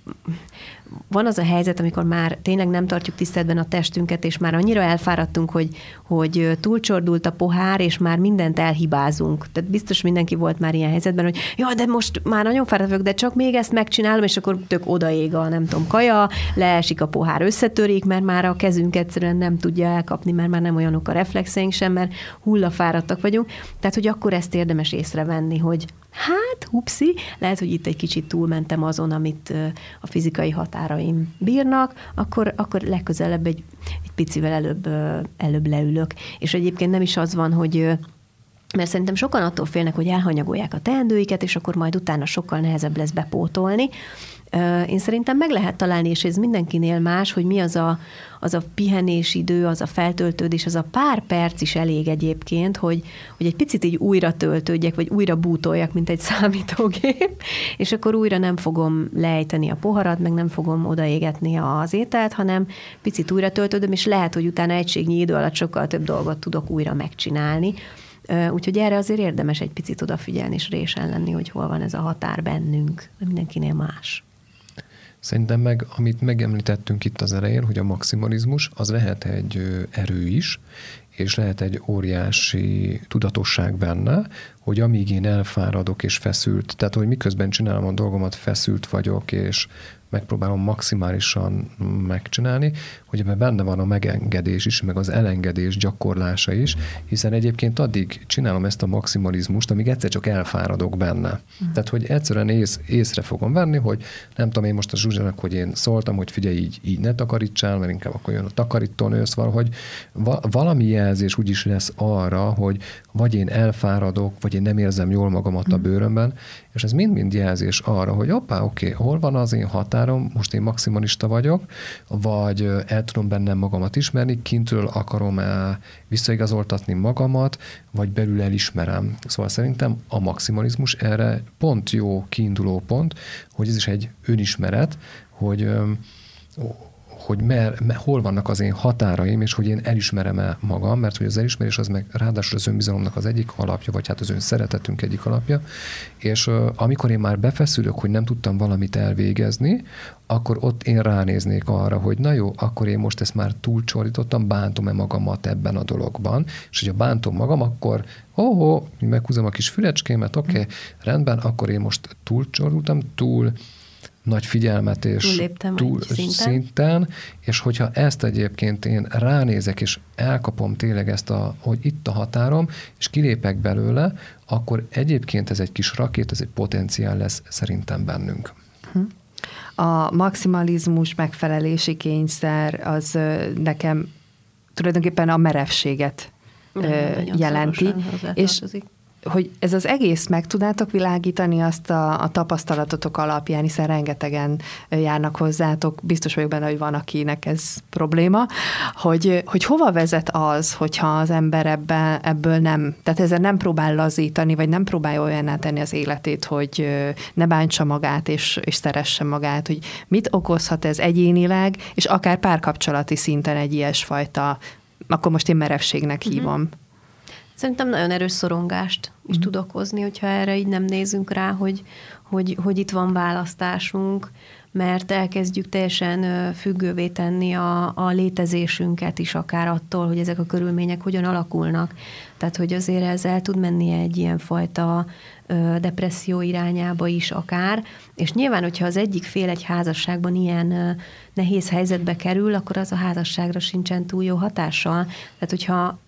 van az a helyzet, amikor már tényleg nem tartjuk tiszteletben a testünket, és már annyira elfáradtunk, hogy, hogy túlcsordult a pohár, és már mindent elhibázunk. Tehát biztos mindenki volt már ilyen helyzetben, hogy ja, de most már nagyon fáradt vagyok, de csak még ezt megcsinálom, és akkor tök odaég a nem tudom, kaja, leesik a pohár, összetörik, mert már a kezünk egyszerűen nem tudja elkapni, mert már nem olyanok a reflexeink sem, mert hullafáradtak vagyunk. Tehát, hogy akkor ezt érdemes észrevenni, hogy hát, hupszi, lehet, hogy itt egy kicsit túlmentem azon, amit a fizikai határaim bírnak, akkor, akkor legközelebb egy, egy picivel előbb, előbb leülök. És egyébként nem is az van, hogy mert szerintem sokan attól félnek, hogy elhanyagolják a teendőiket, és akkor majd utána sokkal nehezebb lesz bepótolni. Én szerintem meg lehet találni, és ez mindenkinél más, hogy mi az a, az a pihenésidő, az a feltöltődés, az a pár perc is elég egyébként, hogy, hogy egy picit így újra töltődjek, vagy újra bútoljak, mint egy számítógép, és akkor újra nem fogom lejteni a poharat, meg nem fogom odaégetni az ételt, hanem picit újra töltődöm, és lehet, hogy utána egységnyi idő alatt sokkal több dolgot tudok újra megcsinálni. Úgyhogy erre azért érdemes egy picit odafigyelni, és résen lenni, hogy hol van ez a határ bennünk, mindenkinél más. Szerintem meg, amit megemlítettünk itt az elején, hogy a maximalizmus, az lehet egy erő is, és lehet egy óriási tudatosság benne, hogy amíg én elfáradok és feszült, tehát hogy miközben csinálom a dolgomat, feszült vagyok, és megpróbálom maximálisan megcsinálni, hogy ebben benne van a megengedés is, meg az elengedés gyakorlása is, hiszen egyébként addig csinálom ezt a maximalizmust, amíg egyszer csak elfáradok benne. Uh-huh. Tehát, hogy egyszerűen ész, észre fogom venni, hogy nem tudom én most a Zsuzsának, hogy én szóltam, hogy figyelj, így, így ne takarítsál, mert inkább akkor jön a takarítónő, szóval, hogy va- valami jelzés úgyis lesz arra, hogy vagy én elfáradok, vagy én nem érzem jól magamat a bőrömben, és ez mind-mind jelzés arra, hogy hoppá, oké, okay, hol van az én határom, most én maximalista vagyok, vagy el tudom bennem magamat ismerni, kintről akarom visszaigazoltatni magamat, vagy belül elismerem. Szóval szerintem a maximalizmus erre pont jó kiinduló pont, hogy ez is egy önismeret, hogy hogy mer, mer, hol vannak az én határaim, és hogy én elismerem-e magam, mert hogy az elismerés az meg ráadásul az önbizalomnak az egyik alapja, vagy hát az önszeretetünk egyik alapja, és uh, amikor én már befeszülök, hogy nem tudtam valamit elvégezni, akkor ott én ránéznék arra, hogy na jó, akkor én most ezt már túlcsorítottam, bántom-e magamat ebben a dologban, és hogyha bántom magam, akkor ó, meghúzom a kis fülecskémet, oké, okay, rendben, akkor én most túlcsorultam, túl nagy figyelmet és túl szinten. szinten, és hogyha ezt egyébként én ránézek, és elkapom tényleg ezt, a, hogy itt a határom, és kilépek belőle, akkor egyébként ez egy kis rakét, ez egy potenciál lesz szerintem bennünk. A maximalizmus, megfelelési kényszer az nekem tulajdonképpen a merevséget Nem, jelenti, és hogy ez az egész meg tudnátok világítani azt a, a tapasztalatotok alapján, hiszen rengetegen járnak hozzátok, biztos vagyok benne, hogy van, akinek ez probléma, hogy, hogy hova vezet az, hogyha az ember ebben, ebből nem, tehát ezzel nem próbál lazítani, vagy nem próbálja olyanná tenni az életét, hogy ne bántsa magát, és, és szeresse magát, hogy mit okozhat ez egyénileg, és akár párkapcsolati szinten egy ilyesfajta, akkor most én merevségnek hívom. Mm-hmm. Szerintem nagyon erős szorongást is mm. tud okozni, hogyha erre így nem nézünk rá, hogy, hogy, hogy itt van választásunk, mert elkezdjük teljesen függővé tenni a, a létezésünket is akár attól, hogy ezek a körülmények hogyan alakulnak. Tehát, hogy azért ez el tud menni egy ilyen fajta depresszió irányába is akár, és nyilván, hogyha az egyik fél egy házasságban ilyen nehéz helyzetbe kerül, akkor az a házasságra sincsen túl jó hatással. Tehát, hogyha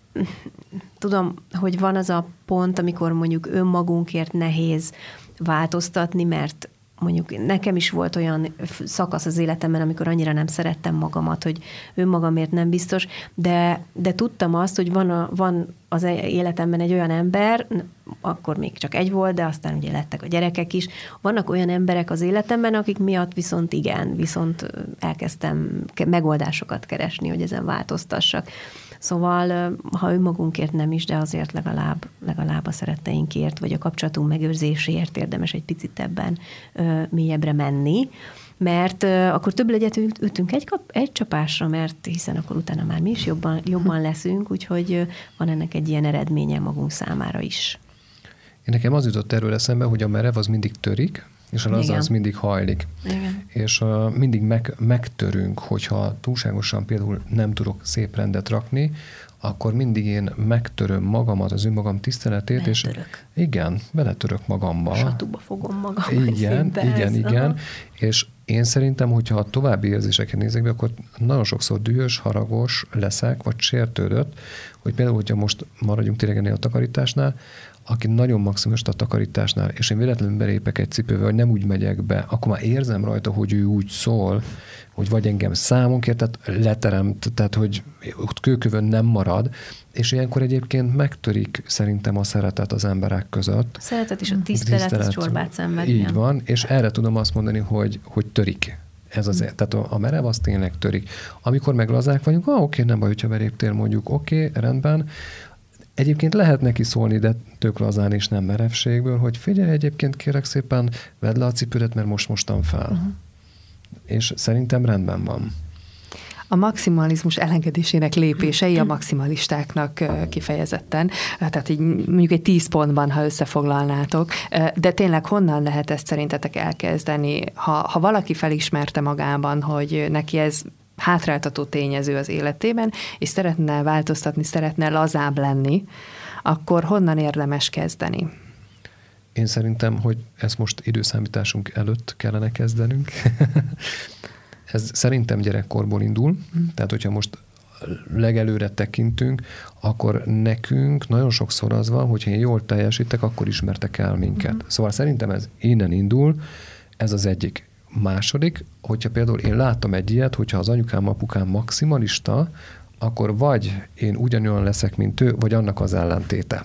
tudom, hogy van az a pont, amikor mondjuk önmagunkért nehéz változtatni, mert mondjuk nekem is volt olyan szakasz az életemben, amikor annyira nem szerettem magamat, hogy önmagamért nem biztos, de, de tudtam azt, hogy van, a, van az életemben egy olyan ember, akkor még csak egy volt, de aztán ugye lettek a gyerekek is. Vannak olyan emberek az életemben, akik miatt viszont igen, viszont elkezdtem megoldásokat keresni, hogy ezen változtassak. Szóval, ha önmagunkért nem is, de azért legalább, legalább a szeretteinkért, vagy a kapcsolatunk megőrzéséért érdemes egy picit ebben ö, mélyebbre menni, mert ö, akkor több legyet ütünk egy, kap, egy csapásra, mert hiszen akkor utána már mi is jobban, jobban leszünk, úgyhogy ö, van ennek egy ilyen eredménye magunk számára is. Én nekem az jutott erről eszembe, hogy a merev az mindig törik, és a laza az mindig hajlik. Igen. És uh, mindig meg, megtörünk, hogyha túlságosan például nem tudok szép rendet rakni, akkor mindig én megtöröm magamat, az önmagam tiszteletét, beletörök. És igen, beletörök magamba. Satuba fogom magam. Igen, igen, igen. Aha. És én szerintem, hogyha a további érzéseket nézek be, akkor nagyon sokszor dühös, haragos leszek, vagy sértődött, hogy például, hogyha most maradjunk tényleg ennél a takarításnál, aki nagyon maximista a takarításnál, és én véletlenül belépek egy cipőbe, hogy nem úgy megyek be, akkor már érzem rajta, hogy ő úgy szól, hogy vagy engem számon kér, tehát leteremt, tehát hogy ott kőkövön nem marad, és ilyenkor egyébként megtörik szerintem a szeretet az emberek között. A szeretet és a tisztelet, tisztelet az csorbát szenved. Így van, és erre tudom azt mondani, hogy, hogy törik. Ez az, tehát a, a merev az tényleg törik. Amikor meg lazák vagyunk, ah, oké, nem baj, hogyha beléptél, mondjuk, oké, rendben. Egyébként lehet neki szólni, de tök lazán és nem merevségből, hogy figyelj, egyébként kérek szépen, vedd le a cipődet, mert most mostam fel. Uh-huh. És szerintem rendben van. A maximalizmus elengedésének lépései a maximalistáknak kifejezetten, tehát így mondjuk egy tíz pontban, ha összefoglalnátok, de tényleg honnan lehet ezt szerintetek elkezdeni? Ha, ha valaki felismerte magában, hogy neki ez hátráltató tényező az életében, és szeretne változtatni, szeretne lazább lenni, akkor honnan érdemes kezdeni? Én szerintem, hogy ezt most időszámításunk előtt kellene kezdenünk. Ez szerintem gyerekkorból indul, mm. tehát hogyha most legelőre tekintünk, akkor nekünk nagyon sokszor az van, hogyha én jól teljesítek, akkor ismertek el minket. Mm. Szóval szerintem ez innen indul, ez az egyik. Második, hogyha például én láttam egy ilyet, hogyha az anyukám, apukám maximalista, akkor vagy én ugyanolyan leszek, mint ő, vagy annak az ellentéte.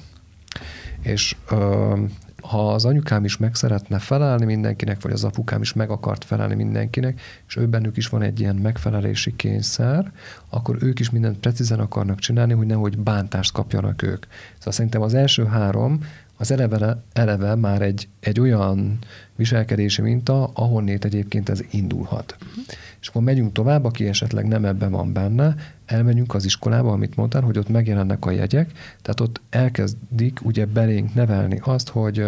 És ö, ha az anyukám is meg szeretne felelni mindenkinek, vagy az apukám is meg akart felelni mindenkinek, és ő bennük is van egy ilyen megfelelési kényszer, akkor ők is mindent precízen akarnak csinálni, hogy nehogy bántást kapjanak ők. Szóval szerintem az első három, az eleve, eleve már egy, egy olyan viselkedési minta, ahonnét egyébként ez indulhat. Uh-huh. És akkor megyünk tovább, aki esetleg nem ebben van benne, elmegyünk az iskolába, amit mondtál, hogy ott megjelennek a jegyek, tehát ott elkezdik ugye belénk nevelni azt, hogy,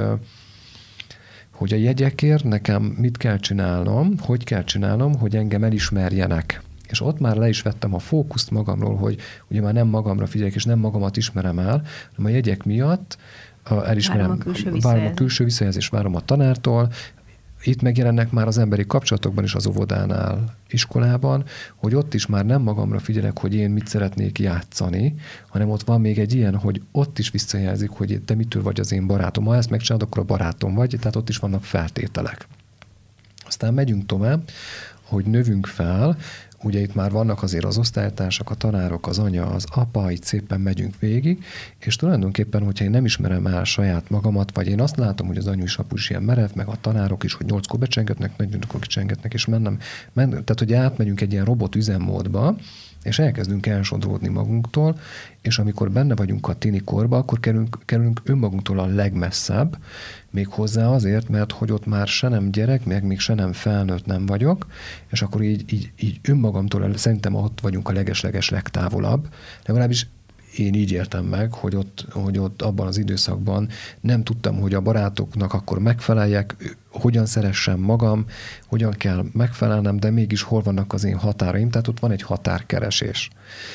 hogy a jegyekért nekem mit kell csinálnom, hogy kell csinálnom, hogy engem elismerjenek. És ott már le is vettem a fókuszt magamról, hogy ugye már nem magamra figyelek, és nem magamat ismerem el, hanem a jegyek miatt elismerem, várom a külső visszajelzést, várom a, külső visszajelzést, várom a tanártól. Itt megjelennek már az emberi kapcsolatokban is, az óvodánál, iskolában, hogy ott is már nem magamra figyelek, hogy én mit szeretnék játszani, hanem ott van még egy ilyen, hogy ott is visszajelzik, hogy te mitől vagy az én barátom. Ha ezt megcsinálod, akkor a barátom vagy, tehát ott is vannak feltételek. Aztán megyünk tovább, hogy növünk fel, ugye itt már vannak azért az osztálytársak, a tanárok, az anya, az apa, itt szépen megyünk végig, és tulajdonképpen, hogyha én nem ismerem el saját magamat, vagy én azt látom, hogy az anyu és apu is ilyen merev, meg a tanárok is, hogy nyolckor becsengetnek, negyvenkor kicsengetnek, és mennem, mennem, tehát hogy átmegyünk egy ilyen robot üzemmódba, és elkezdünk elsodródni magunktól, és amikor benne vagyunk a tini korba, akkor kerülünk, kerülünk önmagunktól a legmesszebb, még hozzá azért, mert hogy ott már se nem gyerek, meg még se nem felnőtt nem vagyok, és akkor így, így, így önmagamtól szerintem ott vagyunk a legesleges legtávolabb, legalábbis én így értem meg, hogy ott, hogy ott abban az időszakban nem tudtam, hogy a barátoknak akkor megfeleljek, hogyan szeressem magam, hogyan kell megfelelnem, de mégis hol vannak az én határaim, tehát ott van egy határkeresés.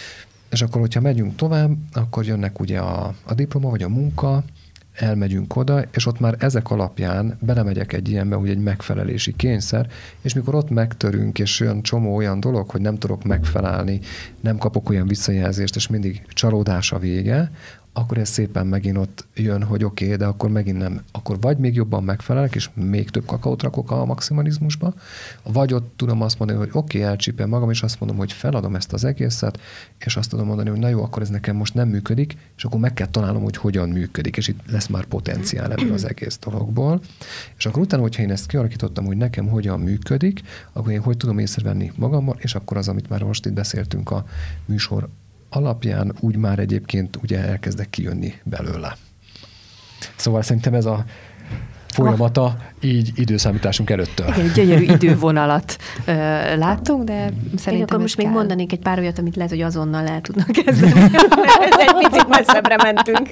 És akkor, hogyha megyünk tovább, akkor jönnek ugye a, a diploma, vagy a munka, elmegyünk oda, és ott már ezek alapján belemegyek egy ilyenbe, hogy egy megfelelési kényszer, és mikor ott megtörünk, és jön csomó olyan dolog, hogy nem tudok megfelelni, nem kapok olyan visszajelzést, és mindig csalódás a vége, akkor ez szépen megint ott jön, hogy oké, okay, de akkor megint nem. Akkor vagy még jobban megfelelek, és még több kakaót rakok a maximalizmusba, vagy ott tudom azt mondani, hogy oké, okay, elcsípem magam, és azt mondom, hogy feladom ezt az egészet, és azt tudom mondani, hogy na jó, akkor ez nekem most nem működik, és akkor meg kell találnom, hogy hogyan működik, és itt lesz már potenciál ebből az egész dologból. És akkor utána, hogyha én ezt kialakítottam, hogy nekem hogyan működik, akkor én hogy tudom észrevenni magammal, és akkor az, amit már most itt beszéltünk a műsor alapján, úgy már egyébként ugye elkezdek kijönni belőle. Szóval szerintem ez a folyamata ah. így időszámításunk előttől. Igen, egy gyönyörű idővonalat ö, láttunk, de szerintem Én akkor most kell. még mondanék egy pár olyat, amit lehet, hogy azonnal el tudnak kezdeni. Egy picit messzebbre mentünk.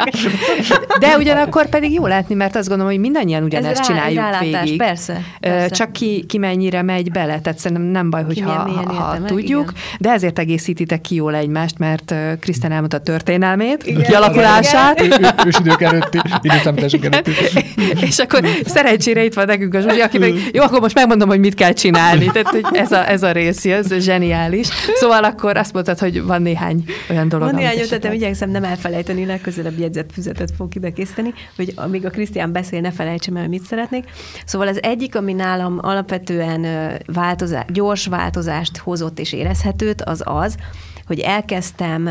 De ugyanakkor pedig jó látni, mert azt gondolom, hogy mindannyian ugyanezt rá, csináljuk rálátás, végig. Persze, persze. Csak ki, ki mennyire megy bele, tehát szerintem nem baj, hogy ha, ha, ha tudjuk, igen. De ezért egészítitek ki jól egymást, mert Krisztán elmondta a történelmét, igen, kialakulását. Igen, igen. Ősidők előtti, időszámítások előtti. És akkor Szerencsére itt van nekünk a Zsuzsi, aki meg, jó, akkor most megmondom, hogy mit kell csinálni. Tehát, hogy ez a, ez a rész, ez zseniális. Szóval akkor azt mondtad, hogy van néhány olyan dolog. Van néhány ötletem, igyekszem nem elfelejteni, legközelebb jegyzetfüzetet fogok ide készíteni, hogy amíg a Krisztián beszél, ne felejtsem el, mit szeretnék. Szóval az egyik, ami nálam alapvetően változás, gyors változást hozott és érezhetőt, az az, hogy elkezdtem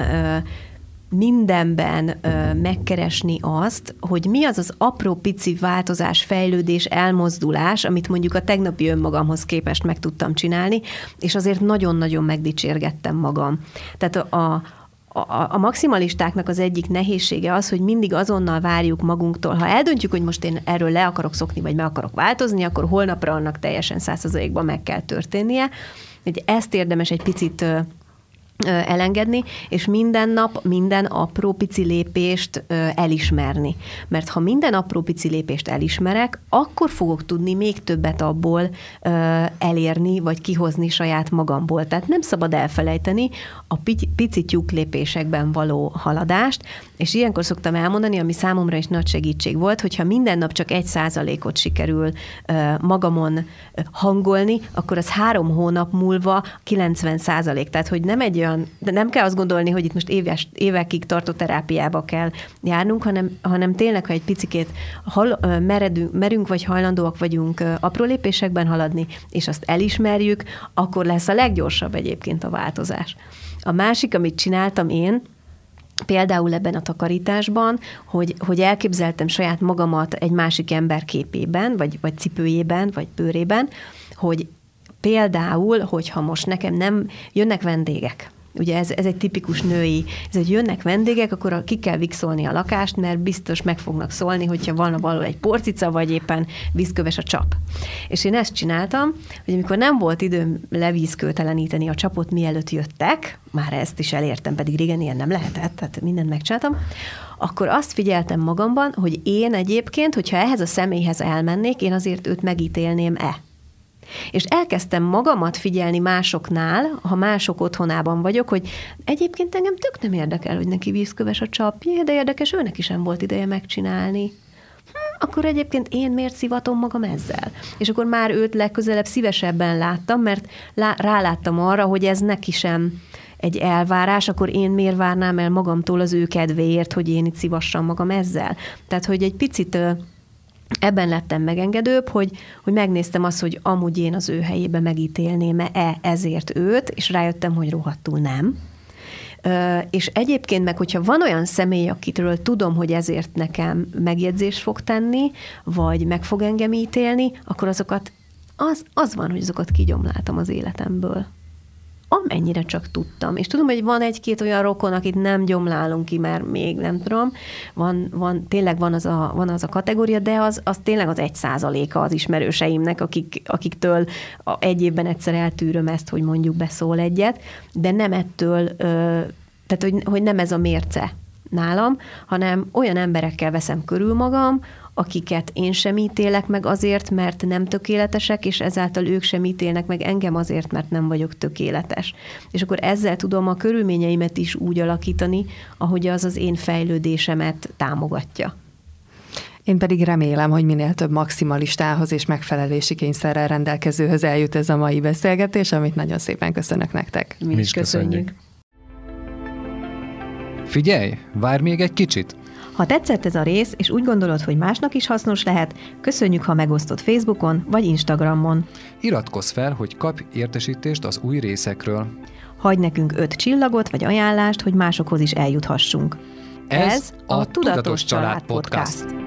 mindenben ö, megkeresni azt, hogy mi az az apró pici változás, fejlődés, elmozdulás, amit mondjuk a tegnapi önmagamhoz képest meg tudtam csinálni, és azért nagyon-nagyon megdicsérgettem magam. Tehát a, a, a maximalistáknak az egyik nehézsége az, hogy mindig azonnal várjuk magunktól. Ha eldöntjük, hogy most én erről le akarok szokni, vagy meg akarok változni, akkor holnapra annak teljesen száz százalékban meg kell történnie. Ezt érdemes egy picit elengedni, és minden nap, minden apró pici lépést elismerni. Mert ha minden apró pici lépést elismerek, akkor fogok tudni még többet abból elérni, vagy kihozni saját magamból. Tehát nem szabad elfelejteni a pici tyúk lépésekben való haladást, és ilyenkor szoktam elmondani, ami számomra is nagy segítség volt, hogyha minden nap csak egy százalékot sikerül magamon hangolni, akkor az három hónap múlva kilencven százalék. Tehát, hogy nem egy olyan, de nem kell azt gondolni, hogy itt most éves, évekig tartó terápiába kell járnunk, hanem, hanem tényleg, ha egy picikét hal, meredünk, merünk vagy hajlandóak vagyunk apró lépésekben haladni, és azt elismerjük, akkor lesz a leggyorsabb egyébként a változás. A másik, amit csináltam én, például ebben a takarításban, hogy, hogy elképzeltem saját magamat egy másik ember képében, vagy, vagy cipőjében, vagy bőrében, hogy például, hogyha most nekem nem jönnek vendégek, ugye ez, ez egy tipikus női, ez, hogy jönnek vendégek, akkor ki kell vixolni a lakást, mert biztos meg fognak szólni, hogyha van valahol egy porcica, vagy éppen vízköves a csap. És én ezt csináltam, hogy amikor nem volt időm levízkőteleníteni a csapot, mielőtt jöttek, már ezt is elértem, pedig régen ilyen nem lehetett, tehát mindent megcsináltam, akkor azt figyeltem magamban, hogy én egyébként, hogyha ehhez a személyhez elmennék, én azért őt megítélném-e. És elkezdtem magamat figyelni másoknál, ha mások otthonában vagyok, hogy egyébként engem tök nem érdekel, hogy neki vízköves a csapja, de érdekes, őnek is sem volt ideje megcsinálni. Hm, akkor egyébként én miért szivatom magam ezzel? És akkor már őt legközelebb szívesebben láttam, mert lá- ráláttam arra, hogy ez neki sem egy elvárás, akkor én miért várnám el magamtól az ő kedvéért, hogy én itt szivassam magam ezzel. Tehát, hogy egy picit ebben lettem megengedőbb, hogy, hogy megnéztem azt, hogy amúgy én az ő helyébe megítélném-e ezért őt, és rájöttem, hogy rohadtul nem. Ö, és egyébként meg, hogyha van olyan személy, akitől tudom, hogy ezért nekem megjegyzést fog tenni, vagy meg fog engem ítélni, akkor azokat, az, az van, hogy azokat kigyomláltam az életemből. Amennyire csak tudtam. És tudom, hogy van egy-két olyan rokon, akit nem gyomlálunk ki, mert még nem tudom, van, van, tényleg van az, a, van az a kategória, de az, az tényleg az egy százaléka az ismerőseimnek, akik, akiktől egy évben egyszer eltűröm ezt, hogy mondjuk beszól egyet, de nem ettől, tehát hogy, hogy nem ez a mérce nálam, hanem olyan emberekkel veszem körül magam, akiket én sem ítélek meg azért, mert nem tökéletesek, és ezáltal ők sem ítélnek meg engem azért, mert nem vagyok tökéletes. És akkor ezzel tudom a körülményeimet is úgy alakítani, ahogy az az én fejlődésemet támogatja. Én pedig remélem, hogy minél több maximalistához és megfelelési kényszerrel rendelkezőhöz eljut ez a mai beszélgetés, amit nagyon szépen köszönök nektek. Mi is köszönjük. Figyelj, várj még egy kicsit! Ha tetszett ez a rész, és úgy gondolod, hogy másnak is hasznos lehet, köszönjük, ha megosztod Facebookon vagy Instagramon. Iratkozz fel, hogy kapj értesítést az új részekről. Hagyj nekünk öt csillagot vagy ajánlást, hogy másokhoz is eljuthassunk. Ez, Ez a Tudatos Család Podcast.